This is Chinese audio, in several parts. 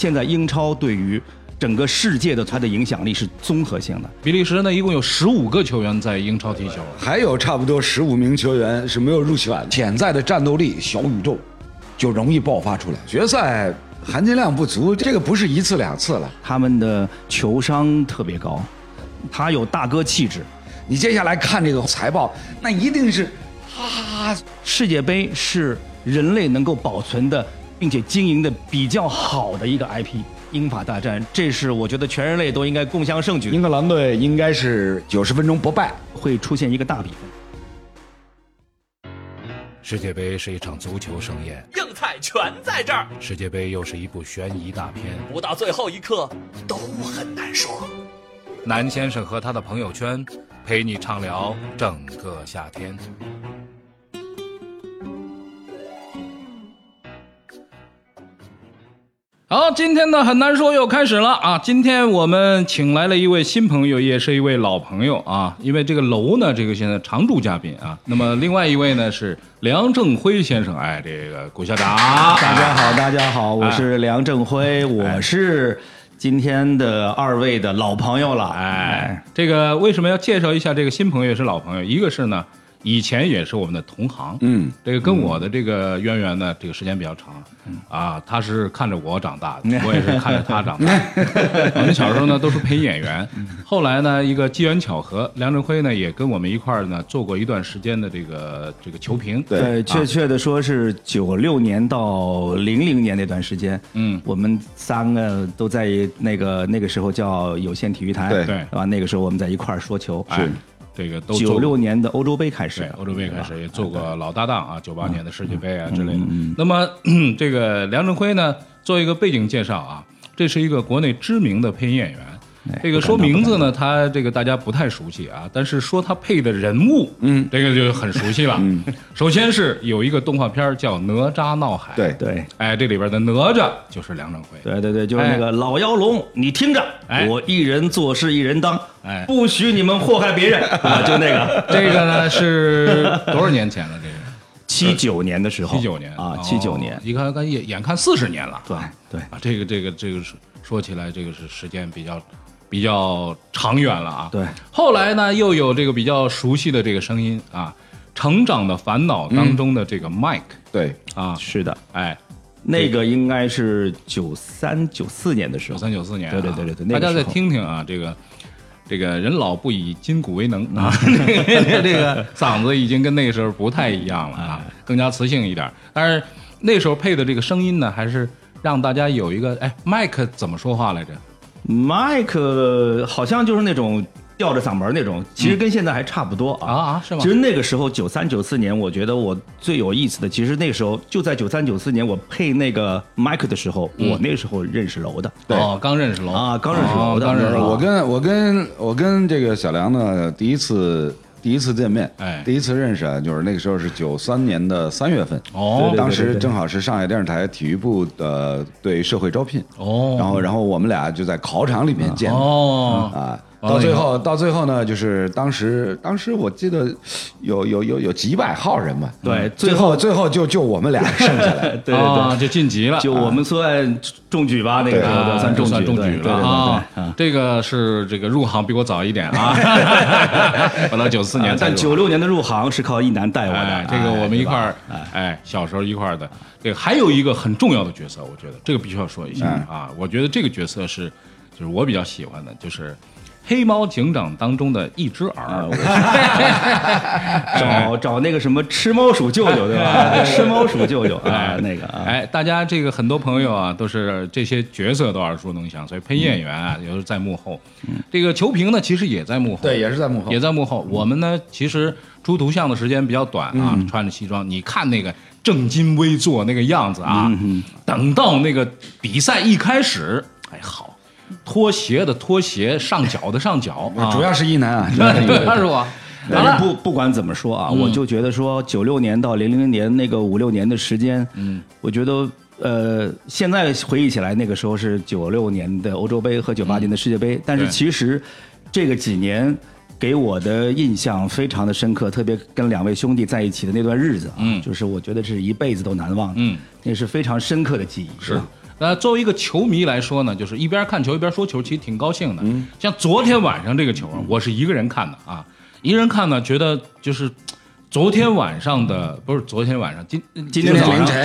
现在英超对于整个世界的它的影响力是综合性的。 比利时呢，一共有15个球员在英超踢球， 还有差不多15名球员是没有入选，潜在的战斗力小宇宙就容易爆发出来。决赛含金量不足，这个不是一次两次了。 他们的球商特别高，他有大哥气质。 你接下来看这个财报，那一定是世界杯是人类能够保存的并且经营的比较好的一个 IP。英法大战，这是我觉得全人类都应该共襄盛举。 英格兰队应该是90分钟不败， 会出现一个大比分。 世界杯是一场足球盛宴， 硬菜全在这儿。 世界杯又是一部悬疑大片， 不到最后一刻都很难说。 南先生和他的朋友圈陪你畅聊整个夏天。好，今天的很难说又开始了啊！今天我们请来了一位新朋友，也是一位老朋友啊。因为这个楼呢，这个现在常驻嘉宾啊。那么另外一位呢是梁正辉先生，哎，这个古校长。 大家好，大家好，我是梁正辉，我是今天的2位的老朋友了。 哎，这个为什么要介绍一下这个新朋友也是老朋友？一个是呢，以前也是我们的同行，这个跟我的这个渊源呢，这个时间比较长，他是看着我长大的，我也是看着他长大的。我们小时候呢都是配演员，后来呢一个机缘巧合，梁正辉呢也跟我们一块儿呢做过一段时间的这个球评， 对，确切的说是96年到00年那段时间，我们3个都在那个时候叫有线体育台， 对， 是吧？那个时候我们在一块儿说球， 是。这个都 96年的欧洲杯开始， 欧洲杯开始也做过老搭档啊，98年的世界杯啊之类的。那么这个梁正辉呢，做一个背景介绍啊，这是一个国内知名的配音演员。这个说名字呢，他这个大家不太熟悉啊，但是说他配的人物，这个就很熟悉了。首先是有一个动画片叫《哪吒闹海》， 对， 哎，这里边的哪吒就是梁正辉， 对，就是那个老妖龙，你听着，我一人做事一人当，不许你们祸害别人啊，就那个， 这个呢是多少年前了？这个 79年的时候 ，79年啊，79年， 你看眼看40年了， 对啊，这个说起来，这个是时间比较长远了啊。 对， 后来呢，又有这个比较熟悉的这个声音啊，《成长的烦恼》当中的这个 Mike， 对啊， 是的， 哎， 那个应该是93、94年的时候 ，93、94年， 对， 大家再听听啊，这个人老不以筋骨为能啊，这个嗓子已经跟那个时候不太一样了啊，更加磁性一点。但是那时候配的这个声音呢，还是让大家有一个Mike 怎么说话来着？ 麦克好像就是那种吊着嗓门那种，其实跟现在还差不多是吗？ 其实那个时候93、94年，我觉得我最有意思的，其实那个时候就在93、94年，我配那个麦克的时候，我那时候认识楼的， 对， 刚认识楼啊，刚认识楼的， 刚认识楼。 我跟这个小梁呢，第一次见面，第一次认识啊，就是那个时候是93年的3月份，当时正好是上海电视台体育部的对社会招聘，然后我们俩就在考场里面见，到最后呢，就是当时我记得有几百号人嘛， 对， 最后就我们俩剩下来， 对， 就晋级了， 就我们算中举吧，那个时候算中举了啊。这个是这个入行比我早一点啊，我到94年， 但96年的入行是靠一男带我的， 这个我们一块儿，小时候一块儿的。这个还有一个很重要的角色，我觉得这个必须要说一下啊，我觉得这个角色就是我比较喜欢的，就是黑猫警长当中的一只耳， 找那个什么吃猫鼠舅舅对吧？吃猫鼠舅舅那个大家这个很多朋友啊，都是这些角色都耳熟能详，所以配音演员啊，有时在幕后。这个球评呢，其实也在幕后， 对，也是在幕后， 我们呢，其实出图像的时间比较短啊，穿着西装，你看那个正襟危坐那个样子啊，等到那个比赛一开始，好。拖鞋的拖鞋，上脚的上脚， 主要是一男啊， 对，是吧？ 不管怎么说啊，我就觉得说96年到00年那个5、6年的时间，我觉得现在回忆起来，那个时候是96年的欧洲杯和98年的世界杯，但是其实这个几年给我的印象非常的深刻，特别跟2位兄弟在一起的那段日子啊，就是我觉得是一辈子都难忘的，那是非常深刻的记忆。 是。 作为一个球迷来说呢，就是一边看球一边说球，其实挺高兴的。像昨天晚上这个球啊，我是一个人看的啊，一个人看呢，觉得就是昨天晚上的不是昨天晚上，今天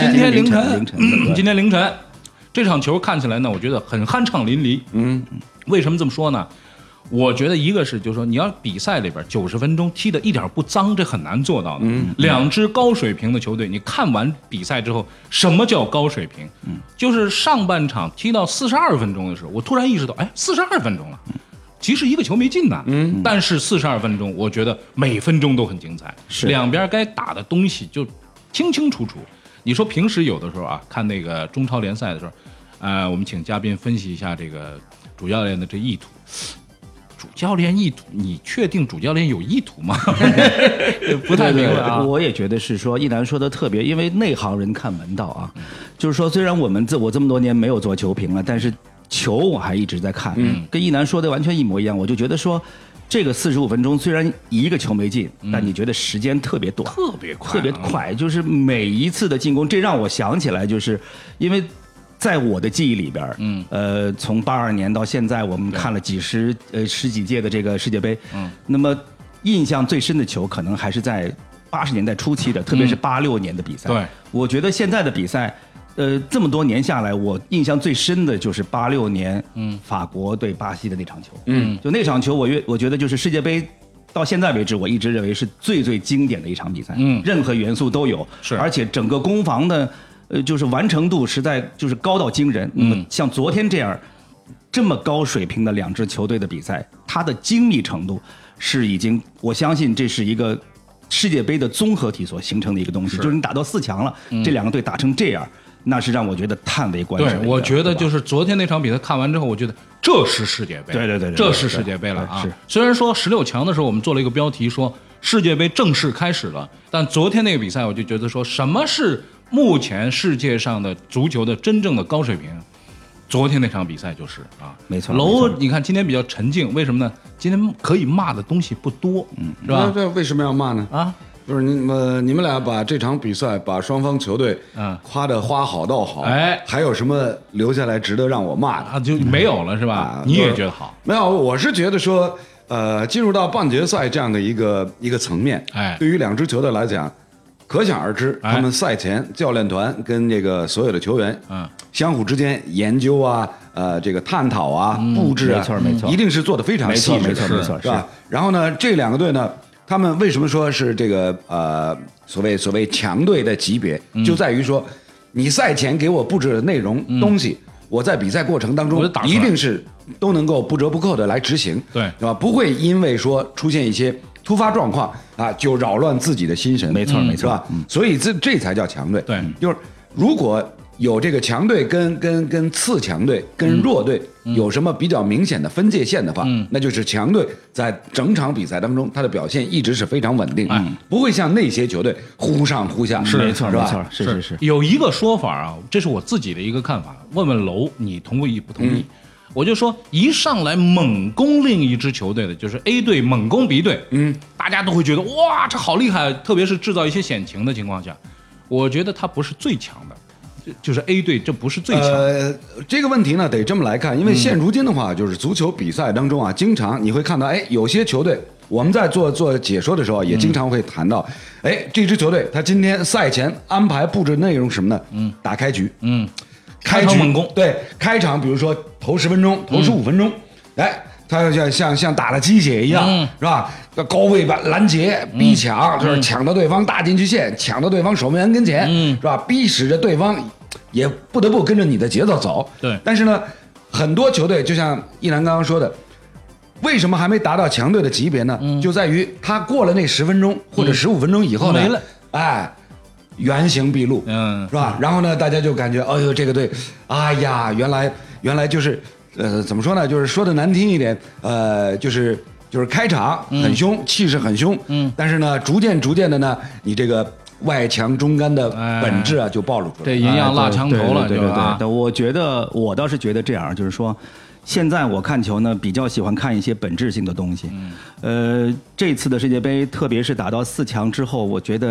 凌晨这场球看起来呢，我觉得很酣畅淋漓。为什么这么说呢？我觉得一个是，就是说你要比赛里边90分钟踢得一点不脏，这很难做到的。两支高水平的球队，你看完比赛之后，什么叫高水平？就是上半场踢到42分钟的时候，我突然意识到，哎，42分钟了，其实一个球没进呢。但是42分钟，我觉得每分钟都很精彩，两边该打的东西就清清楚楚。你说平时有的时候啊，看那个中超联赛的时候，我们请嘉宾分析一下这个主教练的这意图。主教练意图，你确定主教练有意图吗？不太明白啊。 我也觉得是说，一楠说的特别，因为内行人看门道啊。就是说，虽然我这么多年没有做球评了，但是球我还一直在看。跟一楠说的完全一模一样。我就觉得说，这个45分钟虽然一个球没进，但你觉得时间特别短， 特别快， 就是每一次的进攻，这让我想起来，就是因为。在我的记忆里边，从82年到现在，我们看了十几届的这个世界杯，那么印象最深的球可能还是在80年代初期的，特别是86年的比赛。 对， 我觉得现在的比赛，这么多年下来，我印象最深的就是86年，法国对巴西的那场球。就那场球，我觉得就是世界杯。到现在为止，我一直认为是最经典的一场比赛，任何元素都有，而且整个攻防的。就是完成度实在就是高到惊人。那么像昨天这么高水平的两支球队的比赛，它的精密程度是已经，我相信这是一个世界杯的综合体所形成的一个东西。就是你打到4强了，这两个队打成这样，那是让我觉得叹为观止。 对，我觉得就是昨天那场比赛看完之后，我觉得这是世界杯。 对， 这是世界杯了啊！虽然说16强的时候我们做了一个标题说世界杯正式开始了，但昨天那个比赛我就觉得说什么是目前世界上的足球的真正的高水平，昨天那场比赛就是啊， 没错。 楼，你看今天比较沉静，为什么呢？今天可以骂的东西不多，是吧？ 这为什么要骂呢？啊，就是你们俩把这场比赛把双方球队夸得花好到好，还有什么留下来值得让我骂的？ 就没有了是吧？你也觉得好？ 没有，我是觉得说，进入到半决赛这样的一个层面，对于两支球队来讲。可想而知，他们赛前教练团跟这个所有的球员，相互之间研究啊，这个探讨啊，布置啊， 没错， 一定是做得非常细致的， 没错， 是吧？然后呢，这两个队呢，他们为什么说是这个所谓强队的级别，就在于说，你赛前给我布置的内容东西，我在比赛过程当中一定是都能够不折不扣的来执行， 对， 是吧？不会因为说出现一些突发状况啊，就扰乱自己的心神， 没错， 是吧？所以这才叫强队。 对， 就是如果有这个强队跟次强队跟弱队有什么比较明显的分界线的话，那就是强队在整场比赛当中他的表现一直是非常稳定，不会像那些球队忽上忽下。 是没错， 是吧？是。 有一个说法啊，这是我自己的一个看法，问问楼你同不同意？我就说，一上来猛攻另一支球队的，就是 A 队猛攻 B 队，大家都会觉得哇，这好厉害，特别是制造一些险情的情况下，我觉得他不是最强的，就是 A 队这不是最强的。 这个问题呢，得这么来看，因为现如今的话，就是足球比赛当中啊，经常你会看到，有些球队，我们在做解说的时候，也经常会谈到，这支球队他今天赛前安排布置内容什么呢？打开局， 开场猛攻， 对，开场比如说头10分钟、头15分钟，他要像打了鸡血一样，是吧？要高位把拦截、逼抢，就是抢到对方大禁区线，抢到对方守门员跟前，是吧？逼使着对方也不得不跟着你的节奏走。 对， 但是呢，很多球队就像一楠刚刚说的，为什么还没达到强队的级别呢？就在于他过了那10分钟或者15分钟以后呢， 没了， 原形毕露，是吧？然后呢，大家就感觉，哎呦，这个队，哎呀，原来就是，怎么说呢？就是说的难听一点，就是开场很凶，气势很凶，但是呢，逐渐的呢，你这个外强中干的本质啊，就暴露出来， 这营养落墙头了， 对，我倒是觉得这样，就是说。现在我看球呢，比较喜欢看一些本质性的东西。这次的世界杯，特别是打到4强之后，我觉得，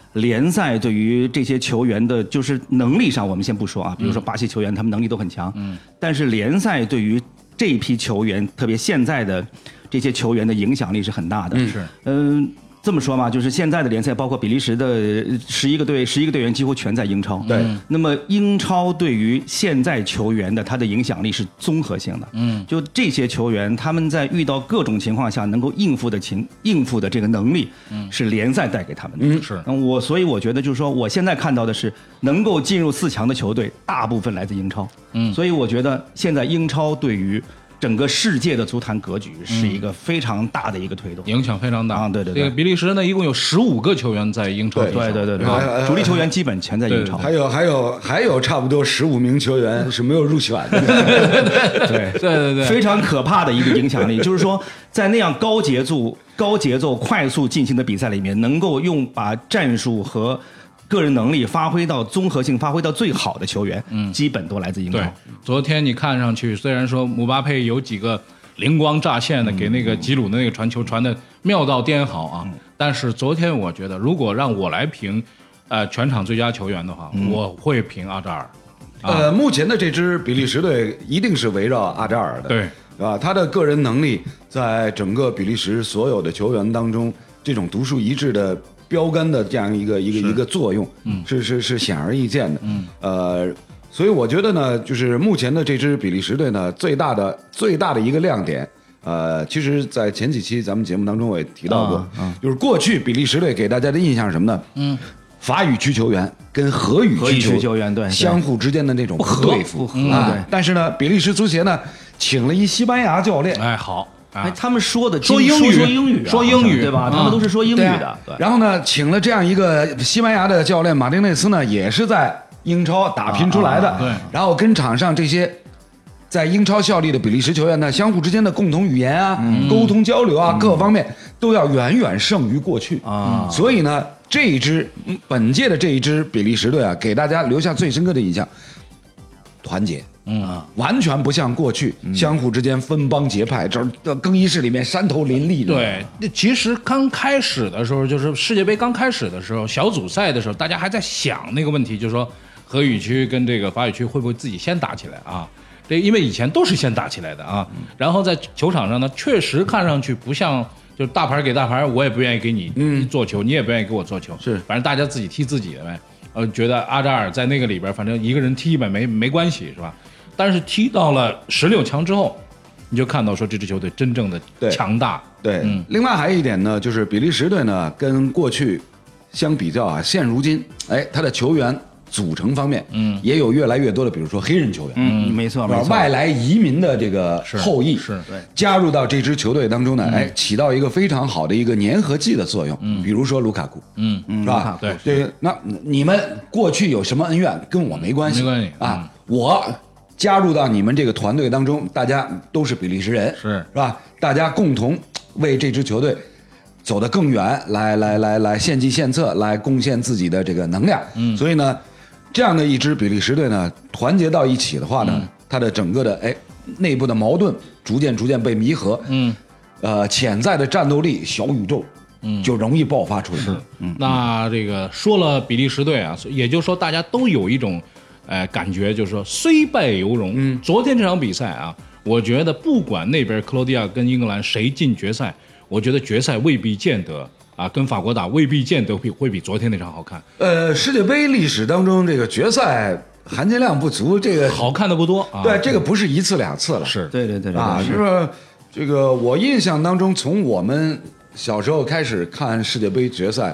联赛对于这些球员的，就是能力上，我们先不说啊，比如说巴西球员，他们能力都很强，但是联赛对于这一批球员，特别现在的这些球员的影响力是很大的。 是， 这么说嘛，就是现在的联赛，包括比利时的11个队员几乎全在英超。 对， 那么英超对于现在球员的他的影响力是综合性的。就这些球员他们在遇到各种情况下能够应付的这个能力，是联赛带给他们的。 是。 所以我觉得就是说，我现在看到的是能够进入4强的球队，大部分来自英超。所以我觉得现在英超对于整个世界的足坛格局是一个非常大的一个推动， 影响非常大啊！对对对，这个比利时呢，一共有15个球员在英超， 对，主力球员基本全在英超， 还有差不多15名球员是没有入选的， 对，非常可怕的一个影响力，就是说在那样高节奏、快速进行的比赛里面，能够把战术和个人能力综合性发挥到最好的球员，基本都来自英超。 对，昨天你看上去虽然说姆巴佩有几个灵光乍现的给那个吉鲁的那个传球传的妙到颠好啊，但是昨天我觉得如果让我来评全场最佳球员的话，我会评阿扎尔。 目前的这支比利时队一定是围绕阿扎尔的， 对， 啊，他的个人能力在整个比利时所有的球员当中，这种独树一帜的标杆的这样一个作用，是显而易见的。所以我觉得呢，就是目前的这支比利时队呢，最大的一个亮点，其实，在前几期咱们节目当中我也提到过，就是过去比利时队给大家的印象是什么呢？法语区球员跟荷语区球员对相互之间的那种不对付啊。但是呢，比利时足协呢，请了一西班牙教练， 好。 他们说英语对吧？他们都是说英语的。 然后呢，请了这样一个西班牙的教练马丁内斯呢，也是在英超打拼出来的。 对。 然后跟场上这些在英超效力的比利时球员呢，相互之间的共同语言啊、沟通交流啊，各方面都要远远胜于过去啊。所以呢，本届的这一支比利时队啊，给大家留下最深刻的印象，团结。完全不像过去相互之间分帮结派，这更衣室里面山头林立。 对，其实刚开始的时候，就是世界杯刚开始的时候，小组赛的时候，大家还在想那个问题，就是说荷语区跟这个法语区会不会自己先打起来啊？因为以前都是先打起来的啊。然后在球场上呢，确实看上去不像，就是大牌给大牌，我也不愿意给你做球，你也不愿意给我做球， 是， 反正大家自己踢自己的呗。觉得阿扎尔在那个里边，反正一个人踢呗，没关系，是吧？但是踢到了16强之后，你就看到说这支球队真正的强大。 对，另外还有一点呢，就是比利时队呢跟过去相比较啊，现如今他的球员组成方面，也有越来越多的，比如说黑人球员， 没错， 外来移民的这个后裔是对加入到这支球队当中呢，起到一个非常好的一个粘合剂的作用。比如说卢卡库，是吧？ 对， 那你们过去有什么恩怨跟我没关系啊，我加入到你们这个团队当中，大家都是比利时人，是吧？大家共同为这支球队走得更远，来献计献策，来贡献自己的这个能量。所以呢，这样的一支比利时队呢，团结到一起的话呢，它的整个的内部的矛盾逐渐被弥合，潜在的战斗力小宇宙就容易爆发出来。 那这个说了比利时队啊，也就是说大家都有一种感觉，就是说虽败犹荣。昨天这场比赛啊，我觉得不管那边克罗地亚跟英格兰谁进决赛，我觉得决赛未必见得啊，跟法国打未必见得会比昨天那场好看。 世界杯历史当中这个决赛含金量不足，这个好看的不多。 对，这个不是1次2次了。 是， 对啊，是这个我印象当中，从我们小时候开始看世界杯决赛。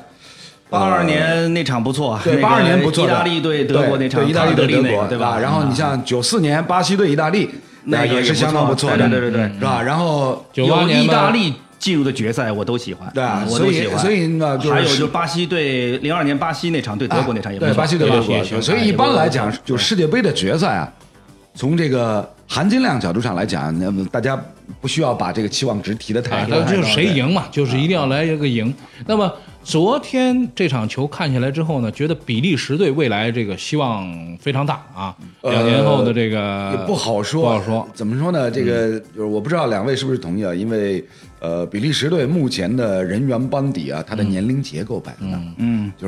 82年那场不错， 对，82年不错， 意大利对德国那场， 意大利对德国， 对吧？ 然后你像94年巴西对意大利，那也是相当不错的， 对， 是吧？然后 98年意大利进入的决赛我都喜欢， 对啊， 我都喜欢。 所以呢， 还有就巴西对02年巴西那场对德国那场也不错， 对巴西对德国。所以一般来讲，就世界杯的决赛啊，从这个含金量角度上来讲，那么大家不需要把这个期望值提得太高， 就是谁赢嘛，就是一定要来一个赢。那么昨天这场球看下来之后呢，觉得比利时队未来这个希望非常大啊。2年后的这个也不好说，怎么说呢？这个就是我不知道两位是不是同意啊？因为比利时队目前的人员班底啊，它的年龄结构摆在那，就是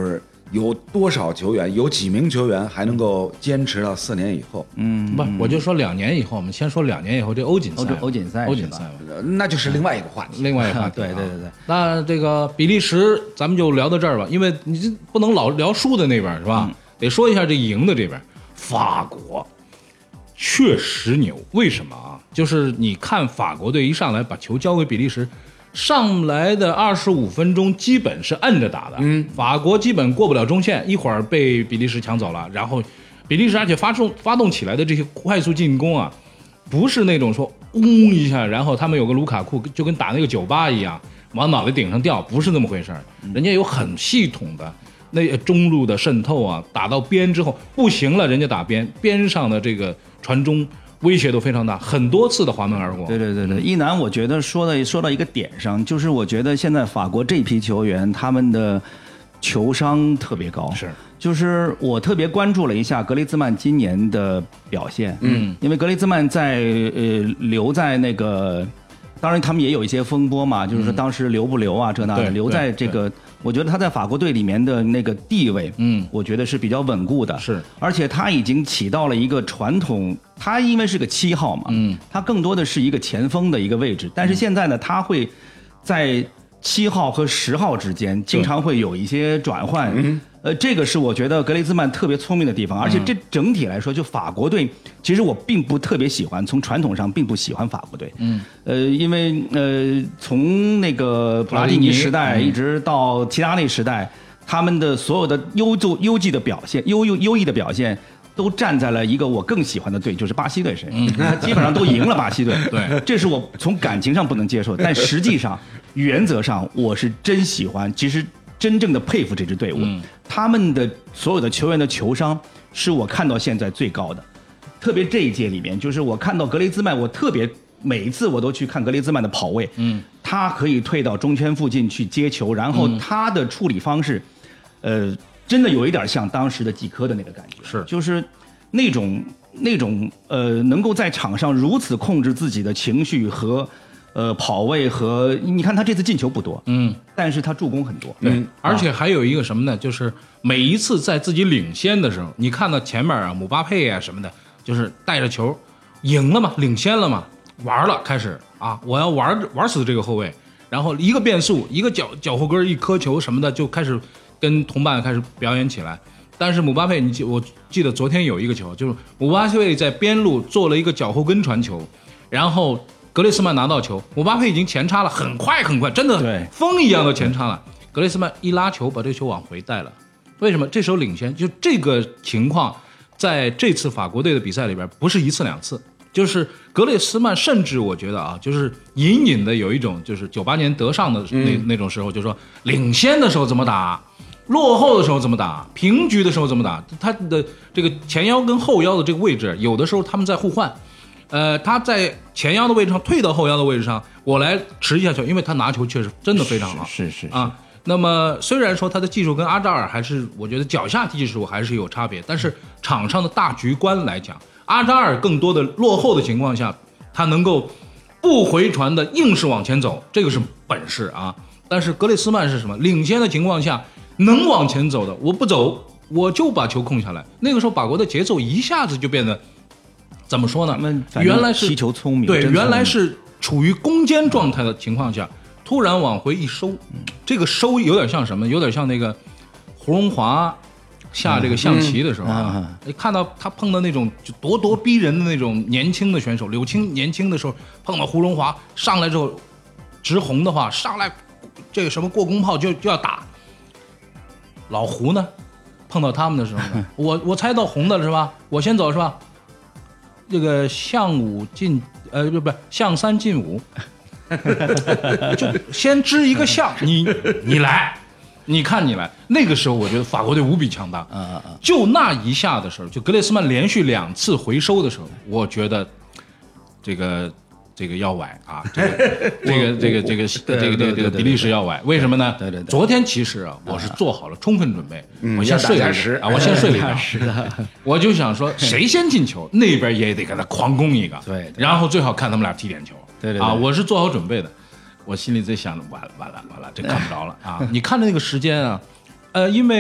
有多少球员，有几名球员还能够坚持到4年以后？ 不，我就说2年以后，我们先说2年以后这欧锦赛， 欧锦赛， 那就是另外一个话题。 另外一个话题， 对。 那这个比利时，咱们就聊到这儿吧，因为你这不能老聊输的那边是吧？得说一下这赢的这边，法国确实牛。为什么啊？就是你看法国队一上来把球交给比利时。上来的25分钟基本是摁着打的，法国基本过不了中线，一会儿被比利时抢走了，然后比利时而且发动起来的这些快速进攻啊，不是那种说一下，然后他们有个卢卡库就跟打那个酒吧一样往脑袋顶上掉，不是那么回事人家有很系统的那中路的渗透啊，打到边之后不行了，人家打边上的这个传中。威胁都非常大，很多次的滑门而过。 对，一楠，我觉得说到一个点上，就是我觉得现在法国这批球员他们的球商特别高，就是我特别关注了一下格雷兹曼今年的表现，因为格雷兹曼在留在那个，当然他们也有一些风波嘛，就是说当时留不留啊这那的，留在这个。我觉得他在法国队里面的那个地位，我觉得是比较稳固的， 是， 而且他已经起到了一个传统，他因为是个7号嘛，他更多的是一个前锋的一个位置，但是现在呢，他会在7号和10号之间经常会有一些转换，这个是我觉得格雷兹曼特别聪明的地方，而且这整体来说，就法国队，其实我并不特别喜欢，从传统上并不喜欢法国队，因为从那个普拉蒂尼时代一直到齐达内时代，他们的所有的优异的表现。都站在了一个我更喜欢的队，就是巴西队身上，基本上都赢了巴西队。 对， 这是我从感情上不能接受，但实际上、原则上我是真喜欢，其实真正的佩服这支队伍。他们的所有的球员的球商是我看到现在最高的，特别这一届里面，就是我看到格雷兹曼，我特别每一次我都去看格雷兹曼的跑位，他可以退到中圈附近去接球，然后他的处理方式，真的有一点像当时的季科的那个感觉， 是， 就是那种能够在场上如此控制自己的情绪和跑位和，你看他这次进球不多，但是他助攻很多， 对，而且还有一个什么呢？就是每一次在自己领先的时候，你看到前面啊，姆巴佩啊什么的，就是带着球赢了嘛，领先了嘛，玩了，开始啊，我要玩死这个后卫，然后一个变速，一个脚后跟一磕球什么的，就开始。跟同伴开始表演起来，但是姆巴佩，我记得昨天有一个球，就是姆巴佩在边路做了一个脚后跟传球，然后格雷斯曼拿到球，姆巴佩已经前插了，很快，真的风一样的前插了，格雷斯曼一拉球把这个球往回带了，为什么？这时候领先，就这个情况，在这次法国队的比赛里边不是1次2次。就是格雷斯曼，甚至我觉得啊，就是隐隐的有一种，就是98年德尚的那种时候，就是说领先的时候怎么打，落后的时候怎么打，平局的时候怎么打，他的这个前腰跟后腰的这个位置，有的时候他们在互换，他在前腰的位置上退到后腰的位置上，我来持一下球，因为他拿球确实真的非常好， 是啊。那么虽然说他的技术跟阿扎尔还是，我觉得脚下技术还是有差别，但是场上的大局观来讲，阿扎尔更多的落后的情况下，他能够不回传的硬是往前走，这个是本事啊。但是格雷斯曼是什么？领先的情况下能往前走的，我不走，我就把球控下来。那个时候法国的节奏一下子就变得怎么说呢？原来是踢球聪明， 对，原来是处于攻坚状态的情况下，突然往回一收，这个收有点像什么？有点像那个胡荣华下这个象棋的时候啊，看到他碰到那种就咄咄逼人的那种年轻的选手，柳青年轻的时候碰到胡荣华上来之后，直红的话上来这个什么过宫炮就要打。老胡呢，碰到他们的时候呢，我猜到红的了是吧？我先走是吧？这个象五进不是象三进五，就先支一个象，你来。你看你来，那个时候我觉得法国队无比强大。就那一下的时候，就格列斯曼连续2次回收的时候，我觉得这个要崴啊，这个比利时要崴。为什么呢？ 对， 昨天其实啊，我是做好了充分准备，我先睡了啊，我先睡了一觉，我就想说谁先进球，那边也得给他狂攻一个， 对， 然后最好看他们俩踢点球， 对啊，我是做好准备的。我心里在想着，完了，这看不着了啊！你看着那个时间啊，因为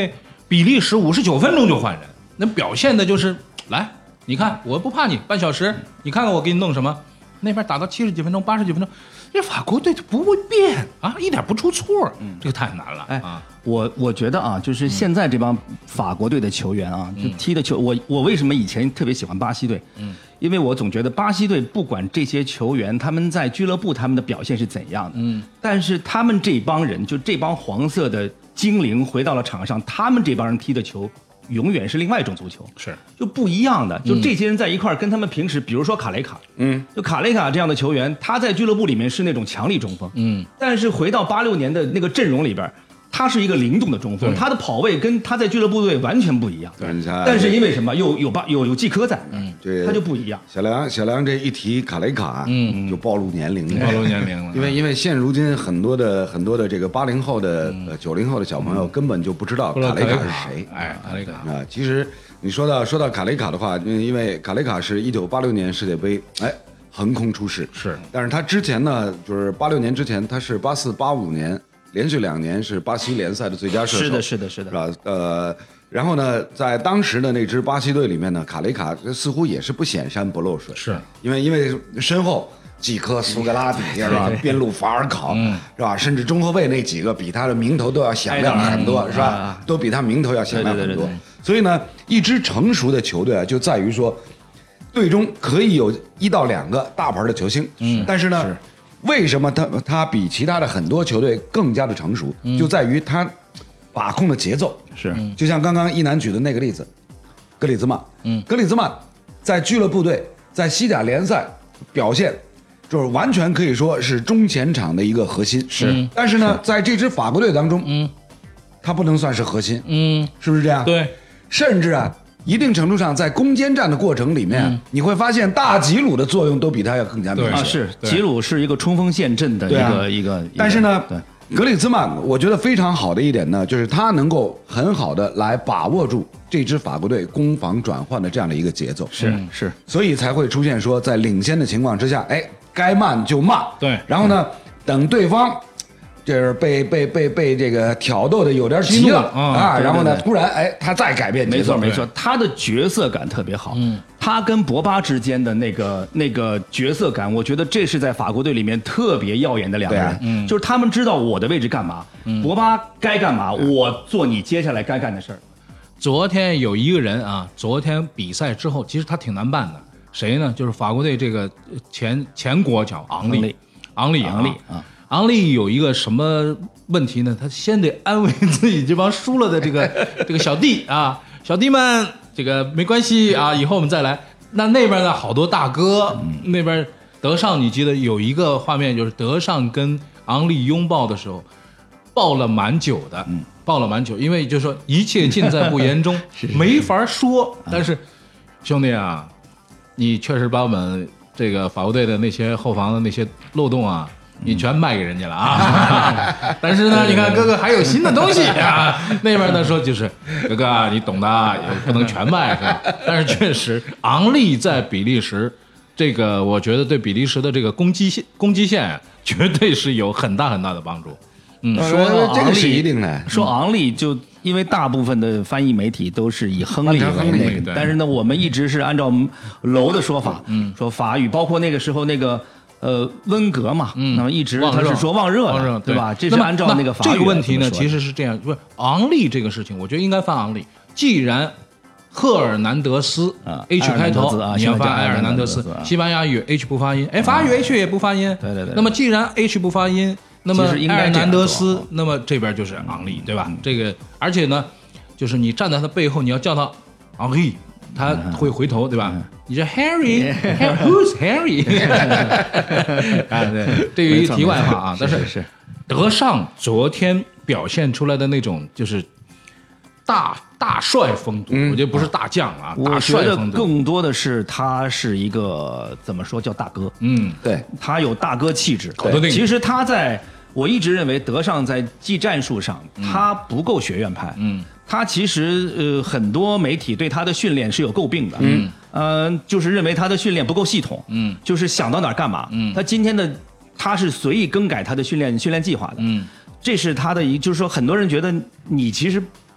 比利时59分钟就换人，那表现的就是来，你看我不怕你，半小时，你看看我给你弄什么。那边打到70几分钟、80几分钟，这法国队不会变啊，一点不出错，这个太难了。啊， 我觉得啊，就是现在这帮法国队的球员啊，就踢的球，我为什么以前特别喜欢巴西队？因为我总觉得巴西队不管这些球员他们在俱乐部他们的表现是怎样的，但是他们这帮人，就这帮黄色的精灵回到了场上，他们这帮人踢的球永远是另外一种足球， 是就不一样的。就这些人在一块儿，跟他们平时，比如说卡雷卡，就卡雷卡这样的球员，他在俱乐部里面是那种强力中锋，但是回到86年的那个阵容里边，他是一个灵动的中锋，他的跑位跟他在俱乐部队完全不一样。但是因为什么？有季科在，他就不一样。 小梁这一提卡雷卡，就暴露年龄了， 暴露年龄了。 因为现如今很多的这个80后的90后的小朋友根本就不知道卡雷卡是谁。 卡雷卡啊，其实你说到卡雷卡的话，因为卡雷卡是1986年世界杯，横空出世是， 但是他之前呢，就是86年之前，他是84、85年。连续2年是巴西联赛的最佳射手， 是的，是吧？然后呢，在当时的那支巴西队里面呢，卡雷卡似乎也是不显山不漏水， 是因为身后几颗苏格拉底是吧？边路法尔考是吧？甚至中后卫那几个比他的名头都要响亮很多，是吧？都比他名头要响亮很多。所以呢，一支成熟的球队啊，就在于说，队中可以有1到2个大牌的球星，但是呢。为什么他比其他的很多球队更加的成熟，就在于他把控的节奏是， 就像刚刚一楠举的那个例子，格里兹曼，格里兹曼在俱乐部队在西甲联赛表现，就是完全可以说是中前场的一个核心， 是， 但是呢，在这支法国队当中，他不能算是核心，是不是这样？ 对， 甚至啊。一定程度上，在攻坚战的过程里面，你会发现大吉鲁的作用都比他要更加明显。 是吉鲁是一个冲锋陷阵的一个， 但是呢，格里兹曼我觉得非常好的一点呢，就是他能够很好的来把握住这支法国队攻防转换的这样的一个节奏。 是， 所以才会出现说在领先的情况之下，该慢就慢。 对， 然后呢，等对方。就是被这个挑逗的有点急了啊，然后呢，突然他再改变节奏， 没错，他的角色感特别好。他跟博巴之间的那个角色感，我觉得这是在法国队里面特别耀眼的2个人。就是他们知道我的位置干嘛，博巴该干嘛，我做你接下来该干的事儿。 昨天有一个人啊，昨天比赛之后，其实他挺难办的。谁呢？就是法国队这个前国脚昂利啊。昂利有一个什么问题呢？他先得安慰自己这帮输了的这个小弟啊，小弟们，这个没关系啊，以后我们再来。那边呢，好多大哥，那边德尚，你记得有一个画面，就是德尚跟昂利拥抱的时候，抱了蛮久的，因为就是说一切尽在不言中，没法说。但是，兄弟啊，你确实把我们这个法国队的那些后防的那些漏洞啊。你全卖给人家了啊！但是呢，你看哥哥还有新的东西啊。那边呢说就是哥哥，你懂的，也不能全卖是吧？但是确实，昂利在比利时，这个我觉得对比利时的这个攻击线绝对是有很大很大的帮助。 说这个是一定的。 说昂利就因为大部分的翻译媒体都是以亨利为那个，但是呢，我们一直是按照楼的说法，说法语，包括那个时候那个。温格嘛，那么一直他是说旺热，对吧？这是按照那个法语。 这个问题呢，其实是这样，不是昂利这个事情，我觉得应该翻昂利。既然赫尔南德斯H 开头，你要翻埃尔南德斯，西班牙语 H 不发音，法语 H 也不发音， 对。 那么既然 H 不发音，那么埃尔南德斯，那么这边就是昂利，对吧？这个，而且呢，就是你站在他背后，你要叫他昂利。他会回头，对吧？你说 Harry，Who's Harry？ 啊，对，这个一个题外话啊。但是德尚昨天表现出来的那种就是大帅风度，我觉得不是大将啊，大帅风度。 更多的是他是一个怎么说叫大哥？ 对， 他有大哥气质。其实我一直认为德尚在技战术上他不够学院派。他其实很多媒体对他的训练是有诟病的，就是认为他的训练不够系统，就是想到哪儿干嘛，他今天他是随意更改他的训练计划的，这是他的就是说很多人觉得你其实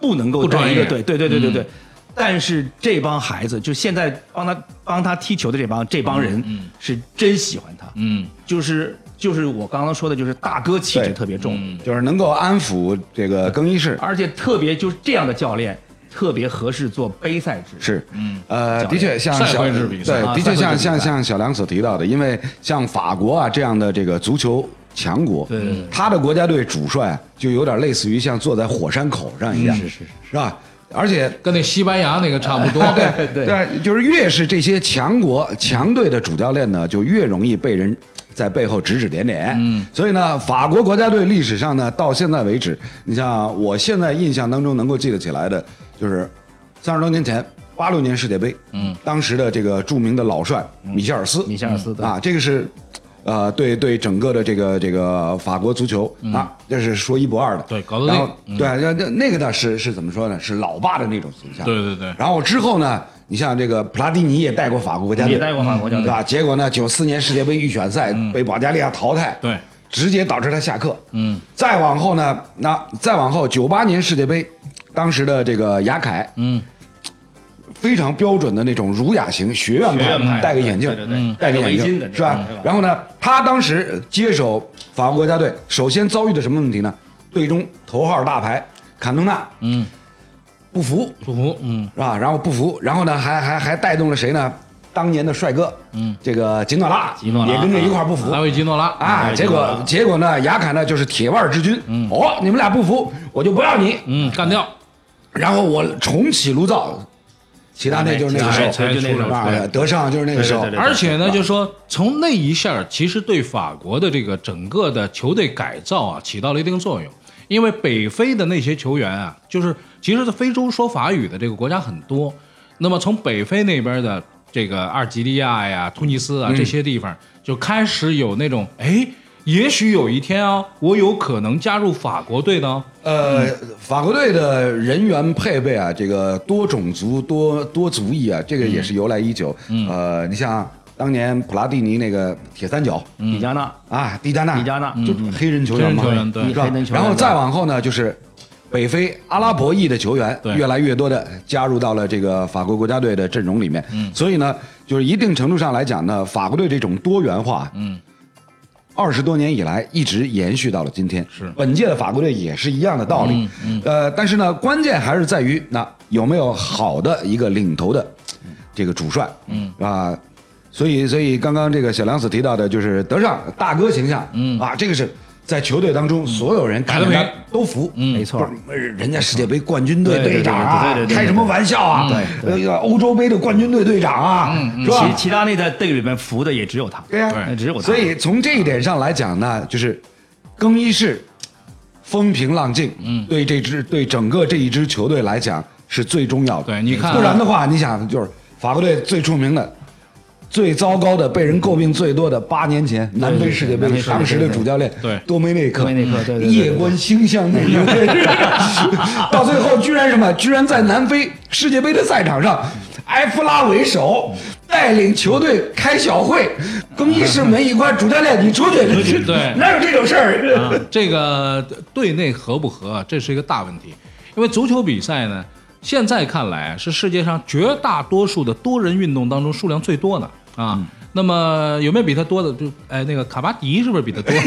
不能够带一个队，对。但是这帮孩子，就现在帮他踢球的这帮人，是真喜欢他，就是我刚刚说的，就是大哥气质特别重， 就是能够安抚这个更衣室， 而且特别就是这样的教练特别合适做杯赛制。 是，的确像的确像小梁所提到的，因为像法国啊这样的这个足球强国，他的国家队主帅就有点类似于像坐在火山口上一样，是吧？而且跟那西班牙那个差不多， 对，就是越是这些强国强队的主教练呢，就越容易被人在背后指指点点。所以呢，法国国家队历史上呢，到现在为止，你像我现在印象当中能够记得起来的，就是30多年前86年世界杯，当时的这个著名的老帅米歇尔斯，啊，这个是。对整个的这个法国足球啊，这是说一不二的。 对，搞得那个呢是怎么说呢？是老爸的那种形象。 对。 然后之后呢，你像这个普拉蒂尼也带过法国国家队，对吧？结果呢，94年世界杯预选赛被保加利亚淘汰， 对， 直接导致他下课。再往后呢，再往后98年世界杯，当时的这个雅凯，非常标准的那种儒雅型学院派，戴个眼镜，戴个眼镜是吧？然后呢，他当时接手法国国家队，首先遭遇的什么问题呢？队中头号大牌坎通纳，不服，是吧？然后不服，然后呢，还带动了谁呢？当年的帅哥，这个吉诺拉也跟着一块不服， 拉维吉诺拉啊，结果呢，雅凯呢就是铁腕之君，你们俩不服，我就不要你， 干掉， 然后我重启炉灶。齐达内就是那个时候，德尚就是那个时候， 而且呢，就是说从那一下，其实对法国的这个整个的球队改造啊，起到了一定作用。因为北非的那些球员啊，就是其实在非洲说法语的这个国家很多，那么从北非那边的这个阿尔及利亚呀、突尼斯啊这些地方，就开始有那种也许有一天啊，我有可能加入法国队呢。 法国队的人员配备啊，这个多种族、多族裔啊，这个也是由来已久。你像当年普拉蒂尼那个铁三角， 迪加纳， 就黑人球员嘛， 对， 然后再往后呢，就是北非阿拉伯裔的球员越来越多的加入到了这个法国国家队的阵容里面。所以呢，就是一定程度上来讲呢，法国队这种多元化，20多年以来一直延续到了今天。 是本届的法国队也是一样的道理。但是呢，关键还是在于有没有好的一个领头的这个主帅。所以刚刚这个小梁所提到的就是德尚大哥形象。这个是在球队当中所有人看着他都服。 没错， 人家世界杯冠军队队长啊，开什么玩笑啊？对，欧洲杯的冠军队队长啊，是吧？ 其他那在队里面服的也只有他。 对呀， 只有他。 所以从这一点上来讲呢，就是更衣室风平浪静，对整个这一支球队来讲是最重要的。 对，你看， 不然的话，你想就是法国队最出名的。最糟糕的、被人诟病最多的8年前南非世界杯，当时的主教练多梅内克，夜观星象那个，到最后居然在南非世界杯的赛场上，埃弗拉为首带领球队开小会，更衣室门一关，主教练你出去， 对， 哪有这种事儿？ 这个队内合不合，这是一个大问题，因为足球比赛呢。现在看来是世界上绝大多数的多人运动当中数量最多的啊。那么有没有比他多的？就那个卡巴迪是不是比他多？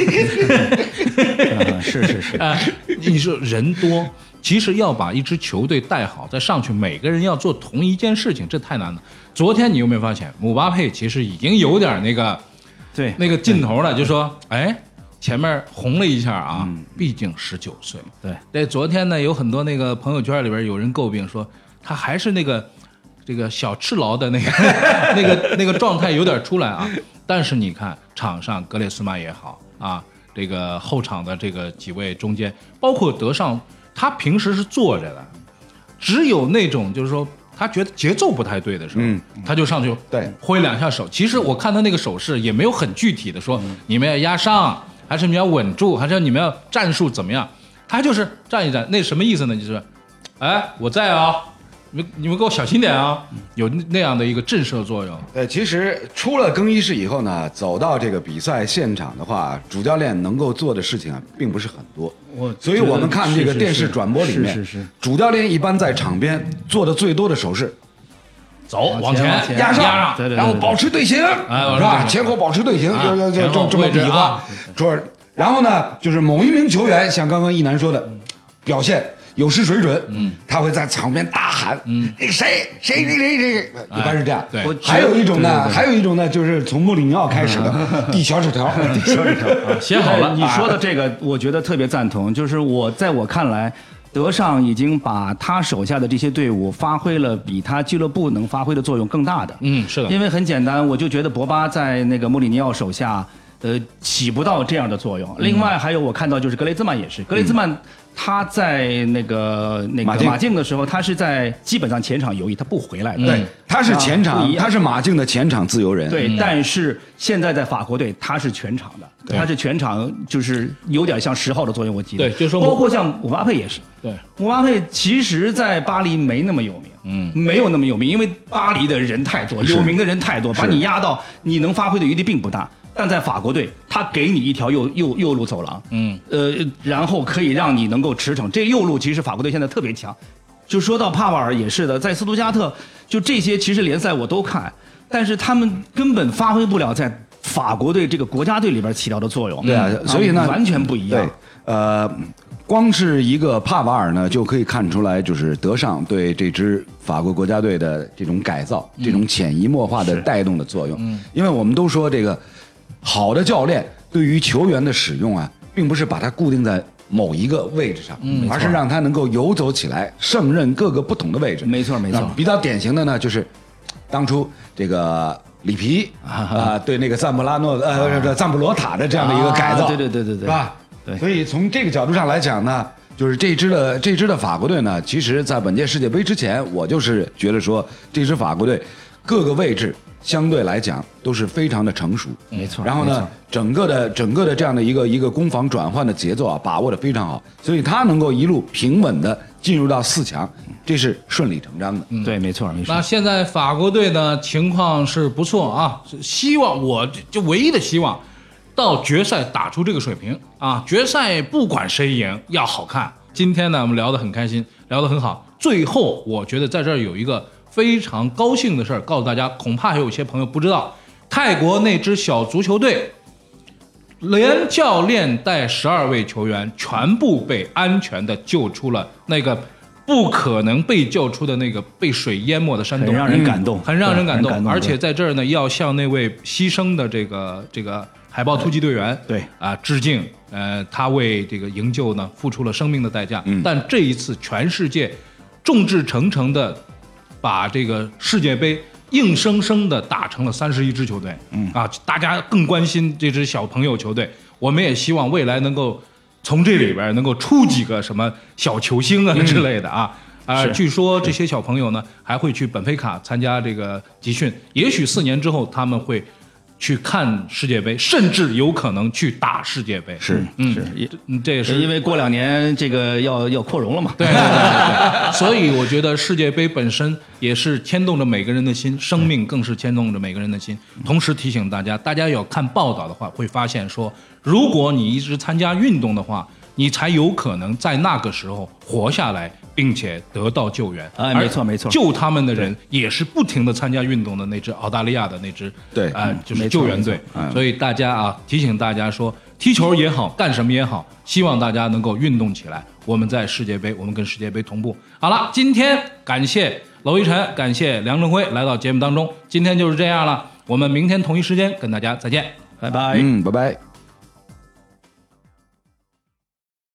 是你说人多，其实要把一支球队带好，再上去，每个人要做同一件事情，这太难了。昨天你有没有发现，姆巴佩其实已经有点那个劲头了，就说前面红了一下啊，毕竟19岁。对，昨天呢有很多那个朋友圈里边有人诟病说他还是这个小赤佬的那个状态有点出来啊。但是你看场上格列斯曼也好啊，这个后场的这个几位中间，包括德尚，他平时是坐着的，只有那种就是说他觉得节奏不太对的时候，他就上去挥2下手。其实我看他那个手势也没有很具体的说你们要压上。还是你们要稳住，还是你们要战术怎么样？他就是站一站，那什么意思呢？就是，我在啊，你们给我小心点啊，有那样的一个震慑作用。 其实出了更衣室以后呢，走到这个比赛现场的话，主教练能够做的事情啊，并不是很多。 所以我们看这个电视转播里面，主教练一般在场边做的最多的手势。 走，往前压上， 然后保持队形，是吧？前后保持队形，就这么比划。说，然后呢，就是某一名球员，像刚刚一楠说的，表现有失水准，他会在场边大喊，那谁，一般是这样。 对， 还有一种呢，就是从穆里尼奥开始的递小纸条， 写好了。 你说的这个，我觉得特别赞同，就是在我看来。德尚已经把他手下的这些队伍发挥了比他俱乐部能发挥的作用更大的。 是的。 因为很简单，我就觉得博巴在那个穆里尼奥手下，起不到这样的作用。另外还有我看到就是格雷兹曼也是，格雷兹曼他在那个马竞的时候，他是在基本上前场游弋，他不回来的。 对，他是前场，他是马竞的前场自由人。 对，但是现在在法国队，他是全场的，他是全场就是有点像10号的作用，我记得。 对，就说包括像姆巴佩也是。对，姆巴佩其实在巴黎没那么有名，没有那么有名，因为巴黎的人太多，有名的人太多，把你压到你能发挥的余地并不大。但在法国队，他给你一条右路走廊，然后可以让你能够驰骋。这右路其实法国队现在特别强。就说到帕瓦尔也是的，在斯图加特，就这些其实联赛我都看，但是他们根本发挥不了在法国队这个国家队里边起到的作用。 对啊，所以呢， 完全不一样。 对，光是一个帕瓦尔呢，就可以看出来，就是德尚对这支法国国家队的这种改造，这种潜移默化的带动的作用。因为我们都说这个。好的教练对于球员的使用啊，并不是把他固定在某一个位置上，而是让他能够游走起来，胜任各个不同的位置。 没错。 比较典型的呢，就是当初这个里皮对那个赞布罗塔的这样的一个改造， 对， 是吧？对。所以从这个角度上来讲呢，就是这支的法国队呢，其实在本届世界杯之前，我就是觉得说这支法国队各个位置。相对来讲都是非常的成熟， 没错。 然后呢，整个的这样的一个攻防转换的节奏啊，把握的非常好，所以他能够一路平稳的进入到4强，这是顺理成章的。 对，没错。 那现在法国队呢情况是不错啊，希望我就唯一的希望，到决赛打出这个水平啊，决赛不管谁赢要好看。今天呢我们聊得很开心，聊得很好。最后我觉得在这儿有一个。非常高兴的事儿，告诉大家，恐怕还有些朋友不知道，泰国那支小足球队，连教练带12位球员全部被安全的救出了那个不可能被救出的那个被水淹没的山洞， 很让人感动， 很让人感动。而且在这儿呢，要向那位牺牲的这个海豹突击队员致敬。他为这个营救呢付出了生命的代价。但这一次，全世界众志成城的。把这个世界杯硬生生的打成了31支球队，大家更关心这支小朋友球队。我们也希望未来能够从这里边能够出几个什么小球星啊之类的据说这些小朋友呢还会去本菲卡参加这个集训，也许4年之后他们会去看世界杯，甚至有可能去打世界杯。这也是因为过2年这个要扩容了嘛。 对，所以我觉得世界杯本身也是牵动着每个人的心，生命更是牵动着每个人的心。同时提醒大家要看报道的话，会发现说，如果你一直参加运动的话，你才有可能在那个时候活下来，并且得到救援。 没错。 救他们的人也是不停的参加运动的那支澳大利亚的那支，就是救援队。所以大家提醒大家说，踢球也好，干什么也好，希望大家能够运动起来。我们在世界杯，我们跟世界杯同步。好了，今天感谢娄一晨，感谢梁振辉来到节目当中。今天就是这样了，我们明天同一时间跟大家再见， 拜拜。 拜拜。